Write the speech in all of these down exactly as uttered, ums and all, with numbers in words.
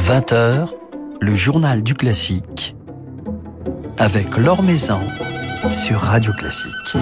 vingt heures, le journal du classique avec Laure Maison sur Radio Classique.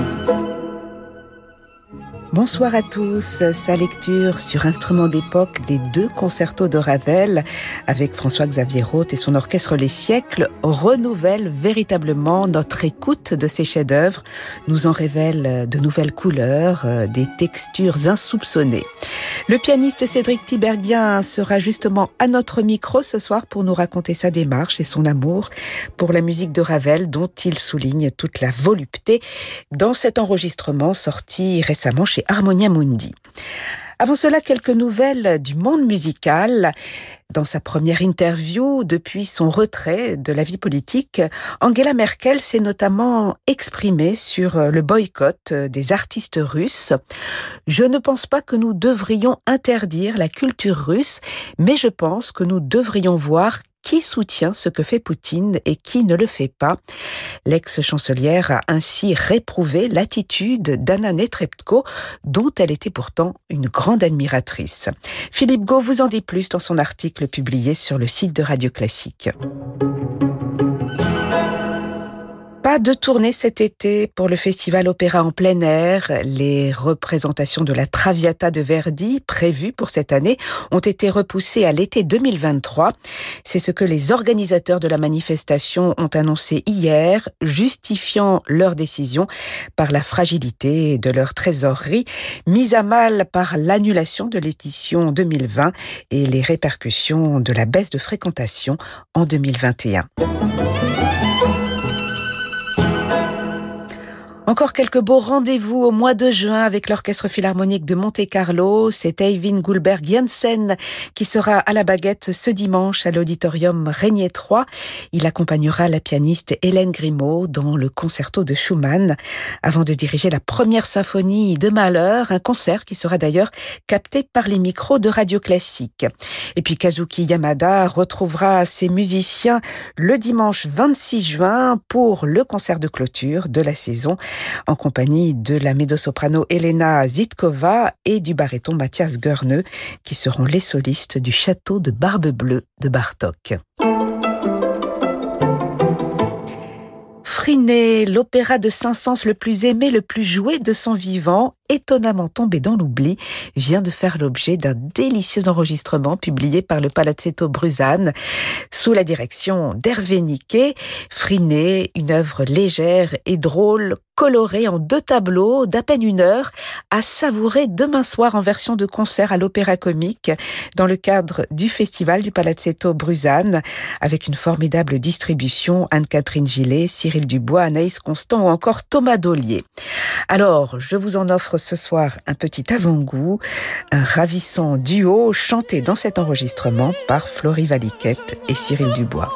Bonsoir à tous. Sa lecture sur instruments d'époque des deux concertos de Ravel avec François-Xavier Roth et son orchestre Les Siècles renouvelle véritablement notre écoute de ces chefs-d'œuvre, nous en révèle de nouvelles couleurs, des textures insoupçonnées. Le pianiste Cédric Tiberghien sera justement à notre micro ce soir pour nous raconter sa démarche et son amour pour la musique de Ravel dont il souligne toute la volupté dans cet enregistrement sorti récemment chez Harmonia Mundi. Avant cela, quelques nouvelles du monde musical. Dans sa première interview, depuis son retrait de la vie politique, Angela Merkel s'est notamment exprimée sur le boycott des artistes russes. « Je ne pense pas que nous devrions interdire la culture russe, mais je pense que nous devrions voir qui soutient ce que fait Poutine et qui ne le fait pas. » L'ex-chancelière a ainsi réprouvé l'attitude d'Anna Netrebko, dont elle était pourtant une grande admiratrice. Philippe Gau vous en dit plus dans son article publié sur le site de Radio Classique. Pas de tournée cet été pour le festival Opéra en plein air. Les représentations de la Traviata de Verdi, prévues pour cette année, ont été repoussées à l'été deux mille vingt-trois. C'est ce que les organisateurs de la manifestation ont annoncé hier, justifiant leur décision par la fragilité de leur trésorerie, mise à mal par l'annulation de l'édition deux mille vingt et les répercussions de la baisse de fréquentation en deux mille vingt et un. Encore quelques beaux rendez-vous au mois de juin avec l'Orchestre Philharmonique de Monte-Carlo. C'est Eivind Gullberg Jensen qui sera à la baguette ce dimanche à l'auditorium Régnier trois. Il accompagnera la pianiste Hélène Grimaud dans le concerto de Schumann avant de diriger la première symphonie de Mahler, un concert qui sera d'ailleurs capté par les micros de Radio Classique. Et puis Kazuki Yamada retrouvera ses musiciens le dimanche vingt-six juin pour le concert de clôture de la saison, en compagnie de la mezzo-soprano Elena Zitkova et du baryton Mathias Görne, qui seront les solistes du château de Barbe Bleue de Bartók. Phryné, l'opéra de Saint-Saëns le plus aimé, le plus joué de son vivant, étonnamment tombé dans l'oubli, vient de faire l'objet d'un délicieux enregistrement publié par le Palazzetto Bruzane sous la direction d'Hervé Niquet. Phryné, une œuvre légère et drôle, colorée en deux tableaux d'à peine une heure, à savourer demain soir en version de concert à l'Opéra Comique dans le cadre du festival du Palazzetto Bruzane, avec une formidable distribution, Anne-Catherine Gillet, Cyril Dubois, Anaïs Constant ou encore Thomas Dollier. Alors, je vous en offre ce soir un petit avant-goût, un ravissant duo chanté dans cet enregistrement par Florie Valiquette et Cyril Dubois.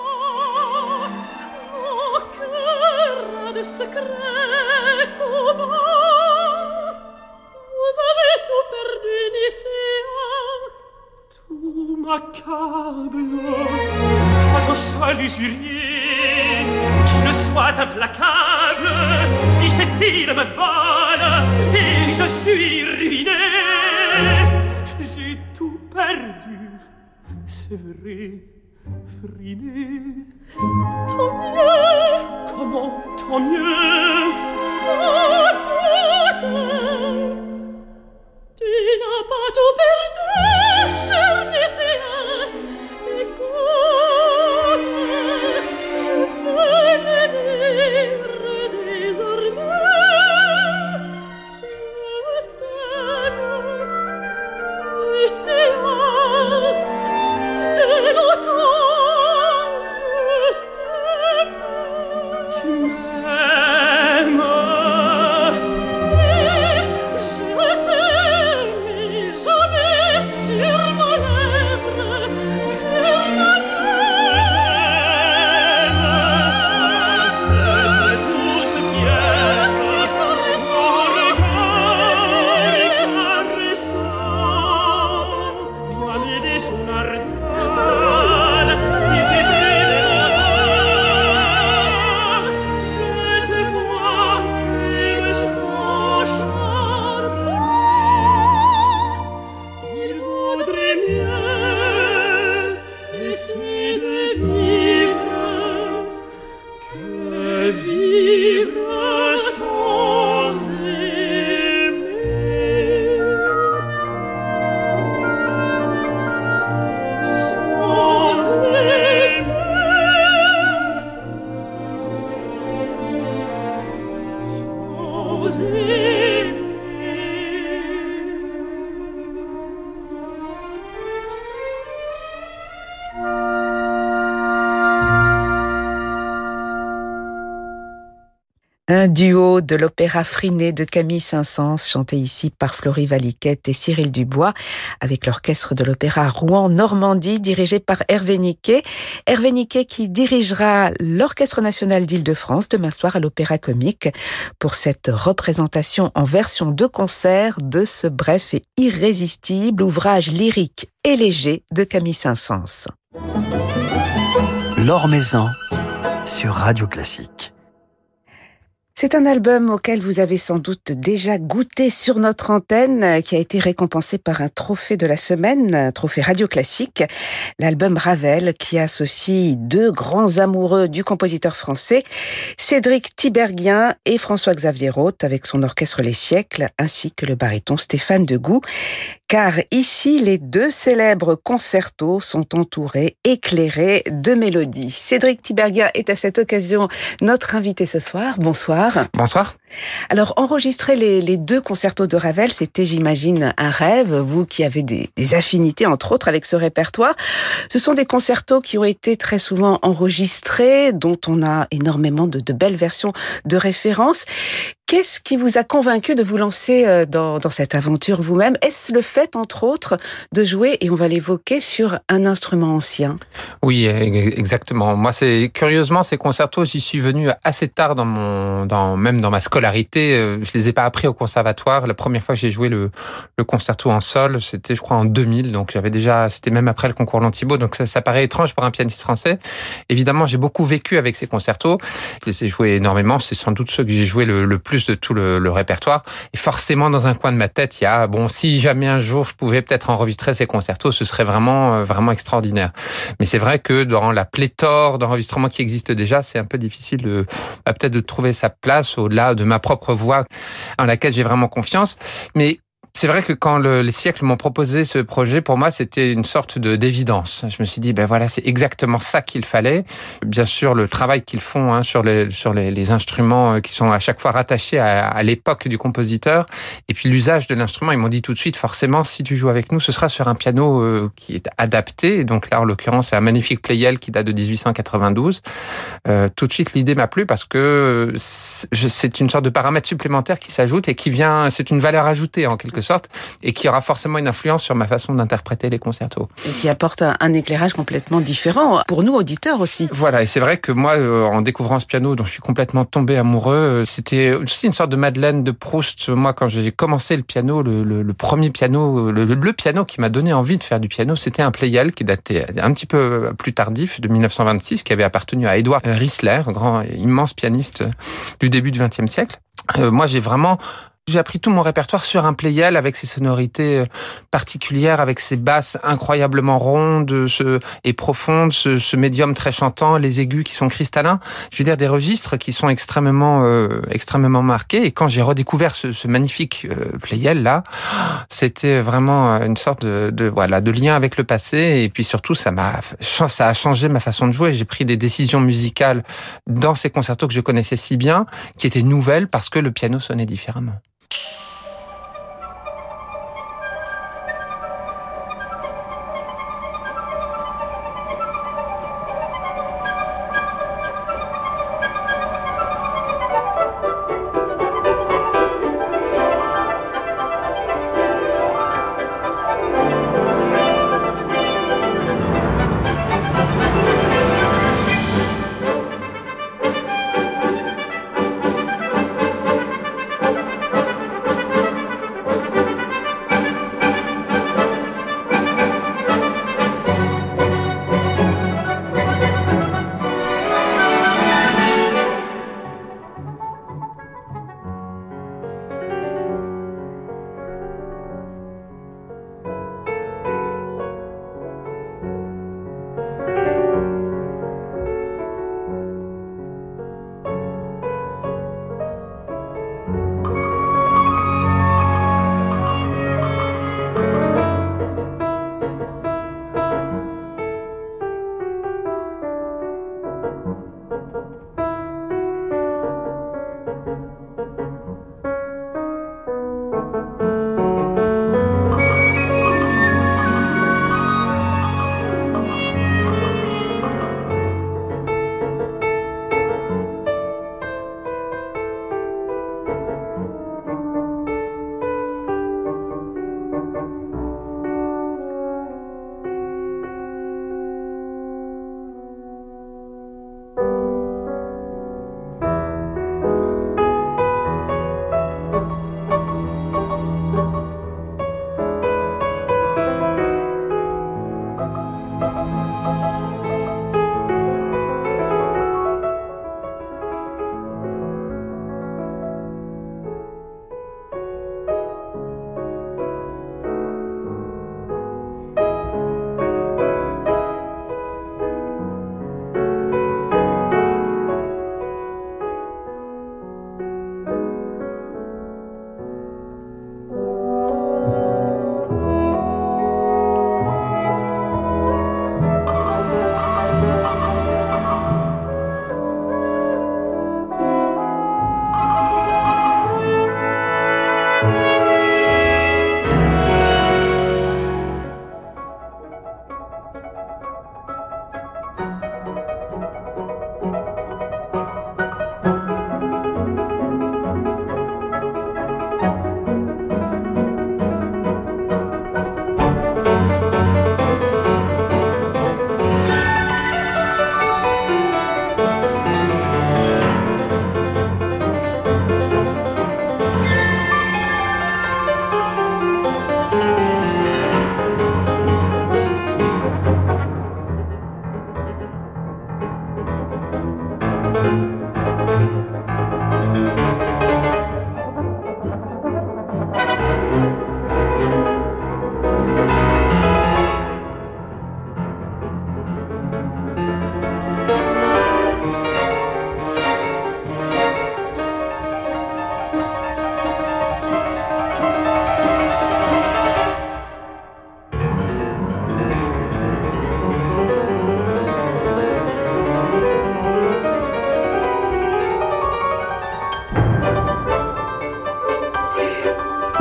M'accable, pas au sol usurier, qui ne soit implacable, qui ses filles me volent, et je suis ruiné. J'ai tout perdu, c'est vrai, Phryné. Tant mieux. Comment tant mieux? Sans doute. Tu n'as pas tout perdu, cher Méséas. Écoute, je veux le dire désormais. Je t'aime, Méséas, de longtemps je t'aime. Tu m'aimes. Oui, je t'aime, je Un duo de l'opéra Friné de Camille Saint-Saëns, chanté ici par Florie Valiquette et Cyril Dubois, avec l'orchestre de l'opéra Rouen-Normandie, dirigé par Hervé Niquet. Hervé Niquet qui dirigera l'Orchestre national d'Île-de-France demain soir à l'Opéra Comique pour cette représentation en version de concert de ce bref et irrésistible ouvrage lyrique et léger de Camille Saint-Saëns. Laure Maison sur Radio Classique. C'est un album auquel vous avez sans doute déjà goûté sur notre antenne, qui a été récompensé par un trophée de la semaine, un trophée Radio Classique. L'album Ravel, qui associe deux grands amoureux du compositeur français, Cédric Tiberghien et François-Xavier Roth, avec son orchestre Les Siècles, ainsi que le baryton Stéphane Degout. Car ici, les deux célèbres concertos sont entourés, éclairés de mélodies. Cédric Tiberghien est à cette occasion notre invité ce soir. Bonsoir. Bonsoir. Alors, enregistrer les, les deux concertos de Ravel, c'était, j'imagine, un rêve. Vous qui avez des, des affinités, entre autres, avec ce répertoire. Ce sont des concertos qui ont été très souvent enregistrés, dont on a énormément de, de belles versions de référence. Qu'est-ce qui vous a convaincu de vous lancer dans, dans cette aventure vous-même? Est-ce le fait, entre autres, de jouer, et on va l'évoquer, sur un instrument ancien? Oui, exactement. Moi, c'est curieusement, ces concertos, j'y suis venu assez tard dans mon, dans, même dans ma scolarité. Je les ai pas appris au conservatoire. La première fois que j'ai joué le, le concerto en sol, c'était, je crois, en deux mille. Donc, j'avais déjà, c'était même après le concours Lantibaud. Donc, ça, ça paraît étrange pour un pianiste français. Évidemment, j'ai beaucoup vécu avec ces concertos. Je les ai joués énormément. C'est sans doute ceux que j'ai joué le, le plus de tout le, le répertoire. Et forcément, dans un coin de ma tête, il y a, bon, si jamais un jour je pouvais peut-être enregistrer ces concertos, ce serait vraiment, vraiment extraordinaire. Mais c'est vrai que dans la pléthore d'enregistrements qui existent déjà, c'est un peu difficile de, bah, peut-être de trouver sa place au-delà de ma propre voix en laquelle j'ai vraiment confiance. Mais c'est vrai que quand le, les siècles m'ont proposé ce projet, pour moi, c'était une sorte de d'évidence. Je me suis dit, ben voilà, c'est exactement ça qu'il fallait. Bien sûr, le travail qu'ils font hein, sur les sur les, les instruments qui sont à chaque fois rattachés à, à l'époque du compositeur, et puis l'usage de l'instrument, ils m'ont dit tout de suite, forcément, si tu joues avec nous, ce sera sur un piano euh, qui est adapté. Donc là, en l'occurrence, c'est un magnifique Pleyel qui date de dix-huit cent quatre-vingt-douze. Euh, tout de suite, l'idée m'a plu parce que c'est une sorte de paramètre supplémentaire qui s'ajoute et qui vient, c'est une valeur ajoutée en quelque sorte. sorte, et qui aura forcément une influence sur ma façon d'interpréter les concertos. Et qui apporte un, un éclairage complètement différent, pour nous auditeurs aussi. Voilà, et c'est vrai que moi, euh, en découvrant ce piano dont je suis complètement tombé amoureux, euh, c'était aussi une sorte de Madeleine de Proust. Moi, quand j'ai commencé le piano, le, le, le premier piano, le, le piano qui m'a donné envie de faire du piano, c'était un Pleyel qui datait un petit peu plus tardif, de mille neuf cent vingt-six, qui avait appartenu à Édouard Rissler, grand, immense pianiste du début du vingtième siècle. Euh, moi, j'ai vraiment... J'ai appris tout mon répertoire sur un Pleyel avec ses sonorités particulières, avec ses basses incroyablement rondes ce, et profondes, ce, ce médium très chantant, les aigus qui sont cristallins. Je veux dire, des registres qui sont extrêmement, euh, extrêmement marqués. Et quand j'ai redécouvert ce, ce magnifique euh, Pleyel là, c'était vraiment une sorte de, de voilà de lien avec le passé. Et puis surtout, ça m'a, ça a changé ma façon de jouer. J'ai pris des décisions musicales dans ces concertos que je connaissais si bien, qui étaient nouvelles parce que le piano sonnait différemment.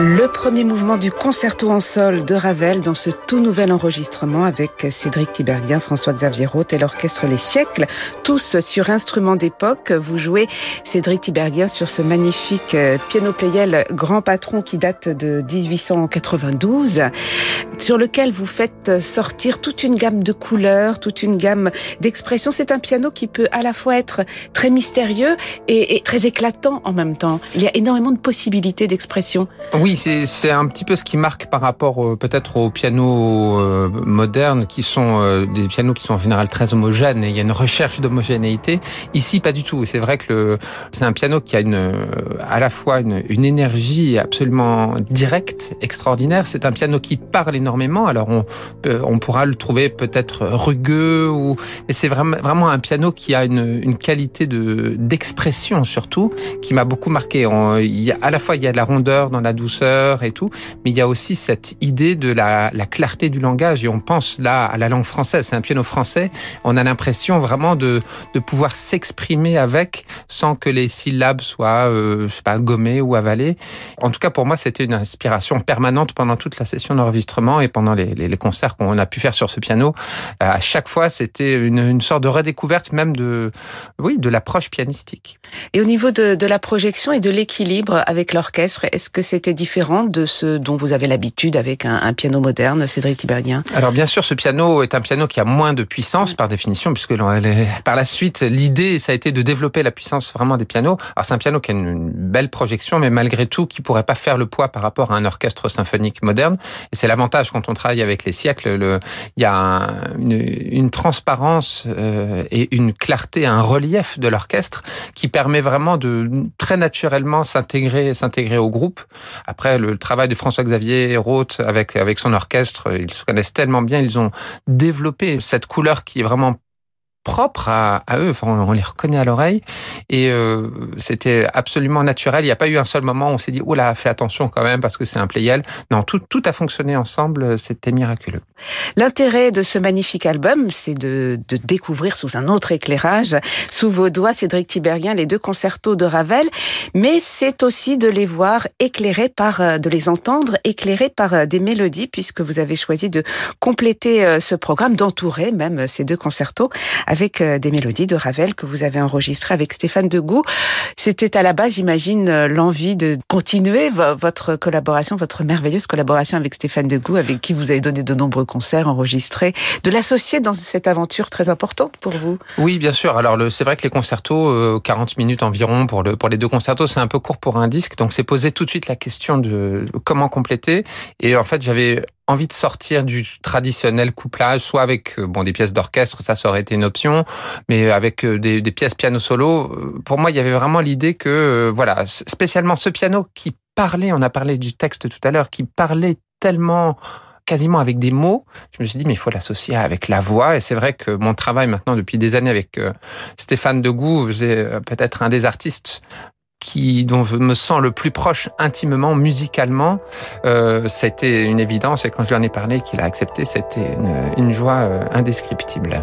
Le premier mouvement du concerto en sol de Ravel dans ce tout nouvel enregistrement avec Cédric Tiberghien, François-Xavier Roth et l'orchestre Les Siècles, tous sur instruments d'époque. Vous jouez, Cédric Tiberghien, sur ce magnifique piano Pleyel Grand Patron qui date de dix-huit cent quatre-vingt-douze, sur lequel vous faites sortir toute une gamme de couleurs, toute une gamme d'expressions. C'est un piano qui peut à la fois être très mystérieux et, et très éclatant en même temps. Il y a énormément de possibilités d'expression. Oui, c'est, c'est un petit peu ce qui marque par rapport euh, peut-être aux pianos euh, modernes qui sont euh, des pianos qui sont en général très homogènes et il y a une recherche d'homogénéité. Ici, pas du tout. C'est vrai que le, c'est un piano qui a une, euh, à la fois une, une énergie absolument directe, extraordinaire. C'est un piano qui parle énormément. Alors on, euh, on pourra le trouver peut-être rugueux ou, mais c'est vraiment, vraiment un piano qui a une, une qualité de, d'expression surtout qui m'a beaucoup marqué. On, il y a, à la fois il y a de la rondeur dans la douceur et tout, mais il y a aussi cette idée de la, la clarté du langage et on pense là à la langue française, c'est un piano français, on a l'impression vraiment de, de pouvoir s'exprimer avec sans que les syllabes soient, euh, je sais pas, gommées ou avalées. En tout cas, pour moi, c'était une inspiration permanente pendant toute la session d'enregistrement et pendant les, les, les concerts qu'on a pu faire sur ce piano. À chaque fois, c'était une, une sorte de redécouverte même de, oui, de l'approche pianistique. Et au niveau de, de la projection et de l'équilibre avec l'orchestre, est-ce que c'était différent de ce dont vous avez l'habitude avec un, un piano moderne, Cédric Tiberghien? Alors bien sûr, ce piano est un piano qui a moins de puissance par définition, puisque par la suite, l'idée, ça a été de développer la puissance vraiment des pianos. Alors c'est un piano qui a une belle projection, mais malgré tout, qui pourrait pas faire le poids par rapport à un orchestre symphonique moderne. Et c'est l'avantage quand on travaille avec les siècles. Le, il y a un, une, une transparence euh, et une clarté, un relief de l'orchestre qui permet vraiment de très naturellement s'intégrer, s'intégrer au groupe. Après, le travail de François-Xavier Roth avec, avec son orchestre, ils se connaissent tellement bien, ils ont développé cette couleur qui est vraiment propre à, à eux, enfin, on les reconnaît à l'oreille, et euh, c'était absolument naturel. Il n'y a pas eu un seul moment où on s'est dit « Oh là, fais attention quand même, parce que c'est un Pleyel ». Non, tout, tout a fonctionné ensemble, c'était miraculeux. L'intérêt de ce magnifique album, c'est de, de découvrir sous un autre éclairage, sous vos doigts, Cédric Tiberghien, les deux concertos de Ravel, mais c'est aussi de les voir éclairés par, de les entendre éclairés par des mélodies, puisque vous avez choisi de compléter ce programme, d'entourer même ces deux concertos avec des mélodies de Ravel que vous avez enregistrées avec Stéphane Degout. C'était à la base, j'imagine, l'envie de continuer votre collaboration, votre merveilleuse collaboration avec Stéphane Degout, avec qui vous avez donné de nombreux concerts enregistrés, de l'associer dans cette aventure très importante pour vous. Oui, bien sûr. Alors, le, c'est vrai que les concertos, euh, quarante minutes environ pour, le, pour les deux concertos, c'est un peu court pour un disque. Donc, c'est posé tout de suite la question de comment compléter. Et en fait, j'avais envie de sortir du traditionnel couplage, soit avec bon des pièces d'orchestre, ça, ça aurait été une option, mais avec des, des pièces piano solo. Pour moi, il y avait vraiment l'idée que, voilà, spécialement ce piano qui parlait, on a parlé du texte tout à l'heure, qui parlait tellement quasiment avec des mots, je me suis dit, mais il faut l'associer avec la voix. Et c'est vrai que mon travail maintenant, depuis des années avec Stéphane Degout, j'ai peut-être un des artistes qui, dont je me sens le plus proche intimement, musicalement. Euh, c'était une évidence, et quand je lui en ai parlé, qu'il a accepté, c'était une, une joie euh, indescriptible.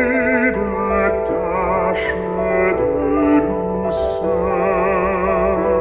Tâche de douceur.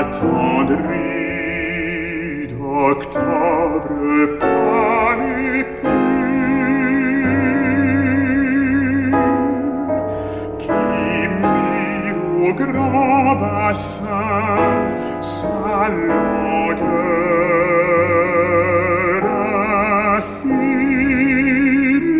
attendri d'octobre pâle et pur, qui mire au grand bassin sa longueur infinie.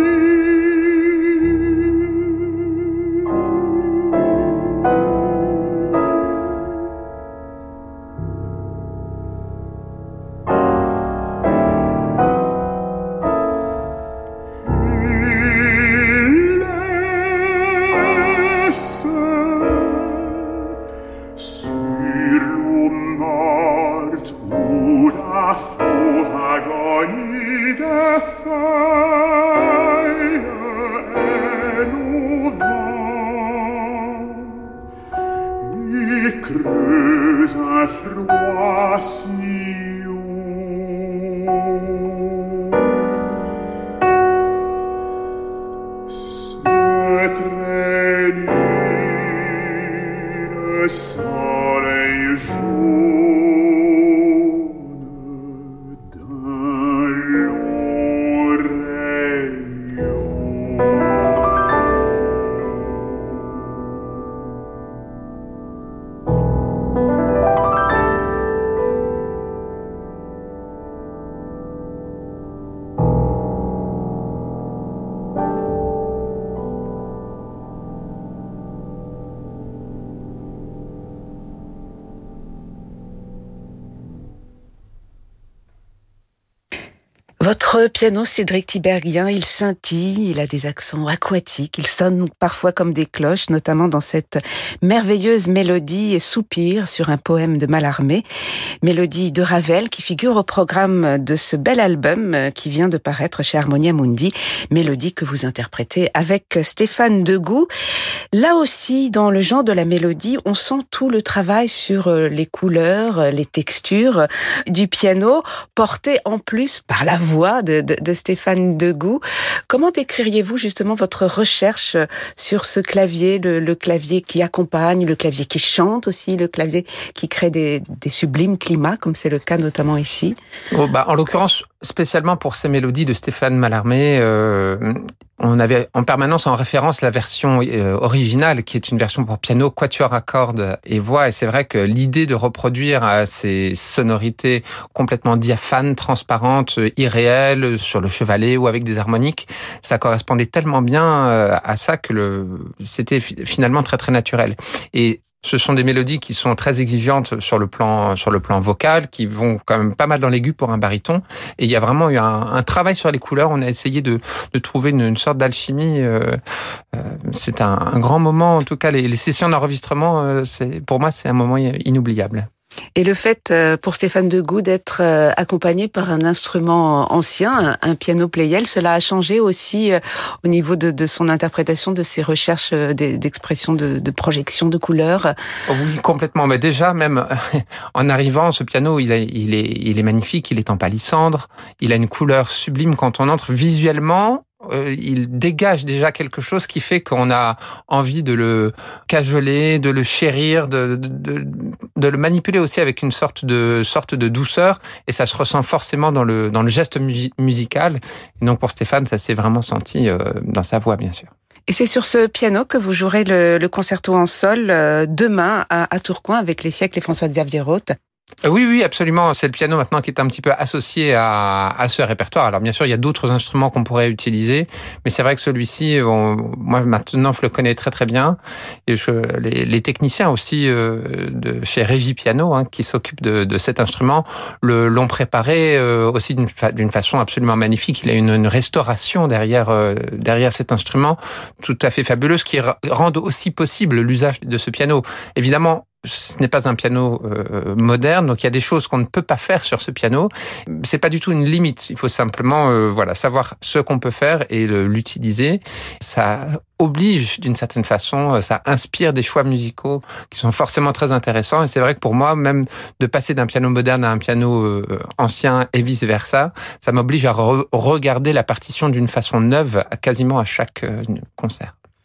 Votre piano, Cédric Tiberghien, il scintille, il a des accents aquatiques, il sonne parfois comme des cloches, notamment dans cette merveilleuse mélodie Soupir sur un poème de Mallarmé, mélodie de Ravel qui figure au programme de ce bel album qui vient de paraître chez Harmonia Mundi, mélodie que vous interprétez avec Stéphane Degout. Là aussi, dans le genre de la mélodie, on sent tout le travail sur les couleurs, les textures du piano, porté en plus par la voix De, de, de Stéphane Degout. Comment décririez-vous justement votre recherche sur ce clavier, le, le clavier qui accompagne, le clavier qui chante aussi, le clavier qui crée des, des sublimes climats, comme c'est le cas notamment ici? Oh, bah, en l'occurrence, spécialement pour ces mélodies de Stéphane Mallarmé, euh, on avait en permanence en référence la version euh, originale, qui est une version pour piano, quatuor à cordes et voix. Et c'est vrai que l'idée de reproduire euh, ces sonorités complètement diaphanes, transparentes, irréelles, sur le chevalet ou avec des harmoniques, ça correspondait tellement bien euh, à ça que le, c'était finalement très très naturel. Et ce sont des mélodies qui sont très exigeantes sur le plan sur le plan vocal, qui vont quand même pas mal dans l'aigu pour un baryton. Et il y a vraiment eu un, un travail sur les couleurs. On a essayé de, de trouver une, une sorte d'alchimie. Euh, euh, c'est un, un grand moment. En tout cas, les, les sessions d'enregistrement, euh, c'est, pour moi, c'est un moment inoubliable. Et le fait pour Stéphane Degout d'être accompagné par un instrument ancien, un piano Pleyel, cela a changé aussi au niveau de, de son interprétation, de ses recherches d'expression, de, de projection de couleurs. Oui, complètement. Mais déjà, même en arrivant, ce piano, il est, il est, il est magnifique, il est en palissandre, il a une couleur sublime quand on entre visuellement. Euh, il dégage déjà quelque chose qui fait qu'on a envie de le cajoler, de le chérir, de, de, de, de le manipuler aussi avec une sorte de, sorte de douceur, et ça se ressent forcément dans le, dans le geste mu- musical. Et donc pour Stéphane, ça s'est vraiment senti euh, dans sa voix, bien sûr. Et c'est sur ce piano que vous jouerez le, le concerto en sol euh, demain à, à Tourcoing avec les siècles et François-Xavier Roth. Oui, oui, absolument. C'est le piano maintenant qui est un petit peu associé à, à ce répertoire. Alors bien sûr, il y a d'autres instruments qu'on pourrait utiliser, mais c'est vrai que celui-ci, on, moi maintenant, je le connais très très bien. Et je, les, les techniciens aussi euh, de chez Régie Piano, hein, qui s'occupent de, de cet instrument, le, l'ont préparé euh, aussi d'une, fa, d'une façon absolument magnifique. Il a une, une restauration derrière euh, derrière cet instrument tout à fait fabuleuse qui rend aussi possible l'usage de ce piano. Évidemment, ce n'est pas un piano euh, moderne, donc il y a des choses qu'on ne peut pas faire sur ce piano. C'est pas du tout une limite. Il faut simplement, euh, voilà, savoir ce qu'on peut faire et le, l'utiliser. Ça oblige d'une certaine façon, ça inspire des choix musicaux qui sont forcément très intéressants. Et c'est vrai que pour moi, même de passer d'un piano moderne à un piano euh, ancien et vice versa, ça m'oblige à re- regarder la partition d'une façon neuve, quasiment à chaque euh, concert.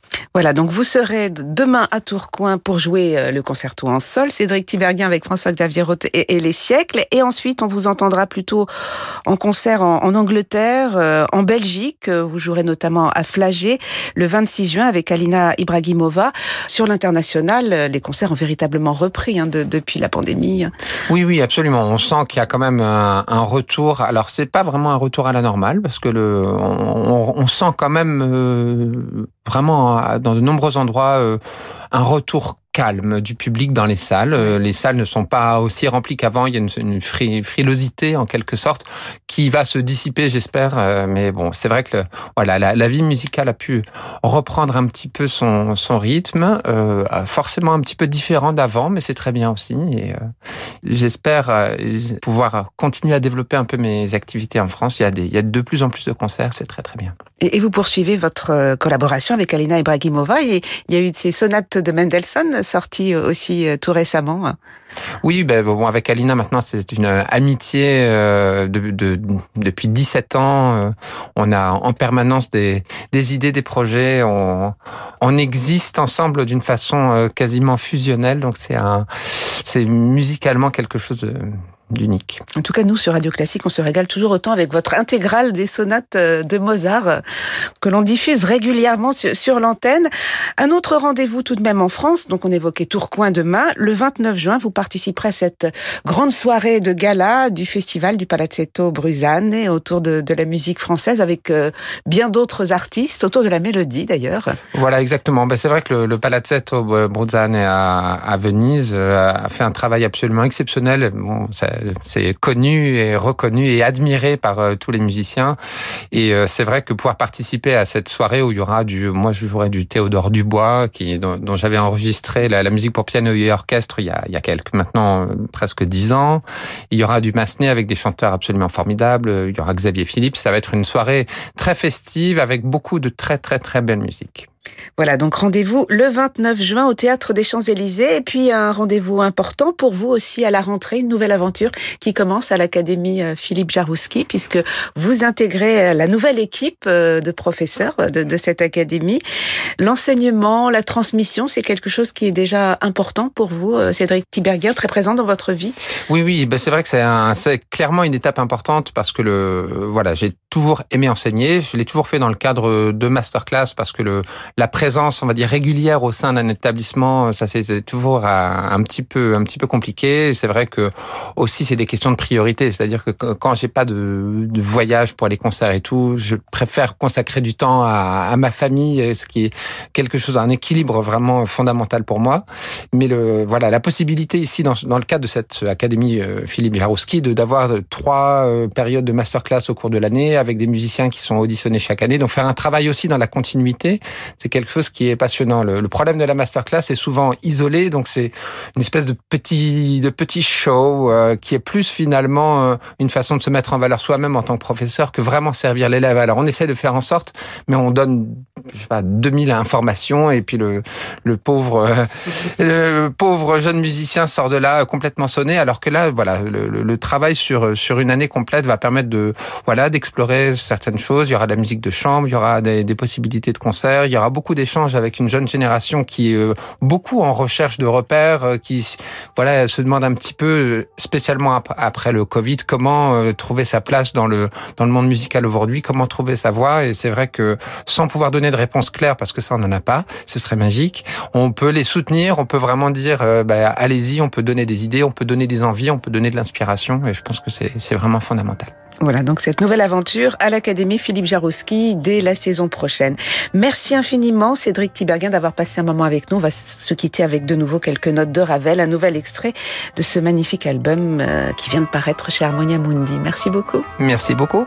Voilà, donc vous serez demain à Tourcoing pour jouer le concerto en sol, Cédric Tiberghien avec François-Xavier Roth et, et les siècles. Et ensuite, on vous entendra plutôt en concert en, en Angleterre, euh, en Belgique. Vous jouerez notamment à Flagey le vingt-six juin avec Alina Ibragimova. Sur l'international, les concerts ont véritablement repris hein, de, depuis la pandémie. Oui, oui, absolument. On sent qu'il y a quand même un, un retour. Alors, c'est pas vraiment un retour à la normale parce que le, on, on sent quand même euh, vraiment dans de nombreux endroits euh, un retour calme du public dans les salles. Euh, les salles ne sont pas aussi remplies qu'avant. Il y a une, une frilosité en quelque sorte qui va se dissiper, j'espère. Euh, mais bon, c'est vrai que le, voilà, la, la vie musicale a pu reprendre un petit peu son, son rythme, euh, forcément un petit peu différent d'avant, mais c'est très bien aussi. Et euh, j'espère euh, pouvoir continuer à développer un peu mes activités en France. Il y a des, il y a de plus en plus de concerts, c'est très très bien. Et, et vous poursuivez votre collaboration avec Alina Ibragimova. Et il y a eu ces sonates de Mendelssohn sorties aussi tout récemment. Oui, ben bon, avec Alina maintenant c'est une amitié euh, de, de, depuis dix-sept ans. On a en permanence des, des idées, des projets. On, on existe ensemble d'une façon quasiment fusionnelle. Donc c'est un, c'est musicalement quelque chose de d'unique. En tout cas, nous, sur Radio Classique, on se régale toujours autant avec votre intégrale des sonates de Mozart que l'on diffuse régulièrement sur, sur l'antenne. Un autre rendez-vous tout de même en France, donc on évoquait Tourcoing demain. Le vingt-neuf juin, vous participerez à cette grande soirée de gala du festival du Palazzetto Bruzane autour de, de la musique française avec euh, bien d'autres artistes, autour de la mélodie d'ailleurs. Voilà, exactement. Ben, c'est vrai que le, le Palazzetto Bruzane à, à Venise euh, a fait un travail absolument exceptionnel. Bon, ça, c'est connu et reconnu et admiré par euh, tous les musiciens. Et euh, c'est vrai que pouvoir participer à cette soirée où il y aura du, moi je jouerai du Théodore Dubois, qui dont, dont j'avais enregistré la, la musique pour piano et orchestre il y a, il y a quelques, maintenant euh, presque dix ans. Il y aura du Massenet avec des chanteurs absolument formidables. Il y aura Xavier Philippe. Ça va être une soirée très festive avec beaucoup de très très très belle musique. Voilà, donc rendez-vous le vingt-neuf juin au Théâtre des Champs-Élysées et puis un rendez-vous important pour vous aussi à la rentrée, une nouvelle aventure qui commence à l'Académie Philippe Jaroussky puisque vous intégrez la nouvelle équipe de professeurs de, de cette académie. L'enseignement, la transmission, c'est quelque chose qui est déjà important pour vous, Cédric Tiberghien, très présent dans votre vie. Oui, oui, ben c'est vrai que c'est, un, c'est clairement une étape importante parce que le, voilà, j'ai toujours aimé enseigner. Je l'ai toujours fait dans le cadre de masterclass parce que le la présence, on va dire, régulière au sein d'un établissement, ça c'est toujours un, un petit peu, un petit peu compliqué. C'est vrai que aussi c'est des questions de priorité, c'est-à-dire que quand j'ai pas de, de voyage pour les concerts et tout, je préfère consacrer du temps à, à ma famille, ce qui est quelque chose, un équilibre vraiment fondamental pour moi. Mais le, voilà, la possibilité ici dans, dans le cadre de cette académie Philippe Jaroussky de d'avoir trois périodes de masterclass au cours de l'année avec des musiciens qui sont auditionnés chaque année, donc faire un travail aussi dans la continuité. C'est quelque chose qui est passionnant. Le, le problème de la masterclass est souvent isolé, donc c'est une espèce de petit, de petit show euh, qui est plus finalement euh, une façon de se mettre en valeur soi-même en tant que professeur que vraiment servir l'élève. Alors on essaie de faire en sorte, mais on donne, je sais pas, deux mille informations et puis le, le pauvre, euh, le pauvre jeune musicien sort de là complètement sonné. Alors que là, voilà, le, le, le travail sur sur une année complète va permettre de, voilà, d'explorer certaines choses. Il y aura de la musique de chambre, il y aura des, des possibilités de concert. Il y aura beaucoup d'échanges avec une jeune génération qui est euh, beaucoup en recherche de repères, euh, qui voilà se demande un petit peu, spécialement ap- après le Covid, comment euh, trouver sa place dans le dans le monde musical aujourd'hui, comment trouver sa voix. Et c'est vrai que sans pouvoir donner de réponse claire, parce que ça on n'en a pas, ce serait magique. On peut les soutenir, on peut vraiment dire euh, bah, allez-y, on peut donner des idées, on peut donner des envies, on peut donner de l'inspiration. Et je pense que c'est c'est vraiment fondamental. Voilà, donc cette nouvelle aventure à l'Académie Philippe Jaroussky dès la saison prochaine. Merci infiniment, Cédric Tiberghien, d'avoir passé un moment avec nous. On va se quitter avec de nouveau quelques notes de Ravel, un nouvel extrait de ce magnifique album euh, qui vient de paraître chez Harmonia Mundi. Merci beaucoup. Merci beaucoup.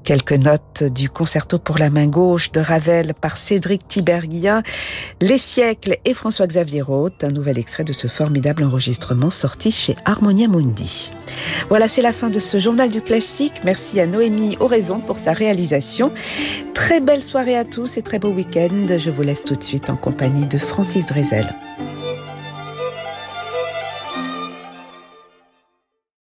Quelques notes du concerto pour la main gauche de Ravel par Cédric Tiberghien, Les siècles et François-Xavier Roth, un nouvel extrait de ce formidable enregistrement sorti chez Harmonia Mundi. Voilà, c'est la fin de ce journal du classique. Merci à Noémie Oraison pour sa réalisation. Très belle soirée à tous et très beau week-end. Je vous laisse tout de suite en compagnie de Francis Drezel.